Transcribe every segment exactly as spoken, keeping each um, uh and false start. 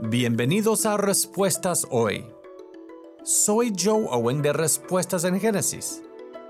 Bienvenidos a Respuestas Hoy. Soy Joe Owen de Respuestas en Génesis.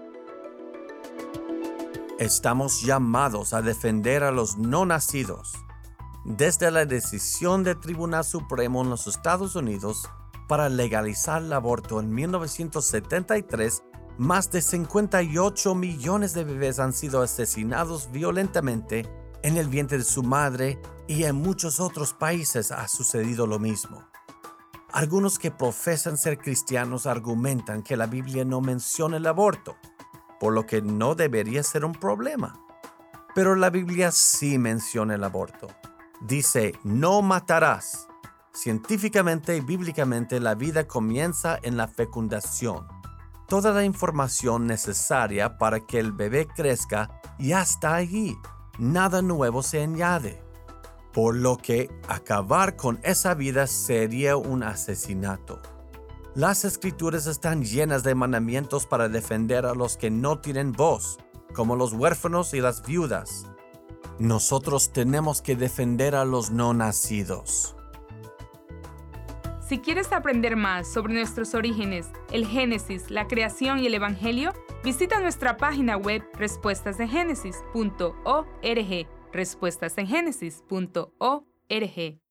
Estamos llamados a defender a los no nacidos. Desde la decisión del Tribunal Supremo en los Estados Unidos para legalizar el aborto en mil novecientos setenta y tres, más de cincuenta y ocho millones de bebés han sido asesinados violentamente en el vientre de su madre, y en muchos otros países ha sucedido lo mismo. Algunos que profesan ser cristianos argumentan que la Biblia no menciona el aborto, por lo que no debería ser un problema. Pero la Biblia sí menciona el aborto. Dice, no matarás. Científicamente y bíblicamente la vida comienza en la fecundación. Toda la información necesaria para que el bebé crezca ya está allí. Nada nuevo se añade. Por lo que acabar con esa vida sería un asesinato. Las Escrituras están llenas de mandamientos para defender a los que no tienen voz, como los huérfanos y las viudas. Nosotros tenemos que defender a los no nacidos. Si quieres aprender más sobre nuestros orígenes, el Génesis, la creación y el Evangelio, visita nuestra página web respuestas en génesis punto org. respuestas en génesis punto org.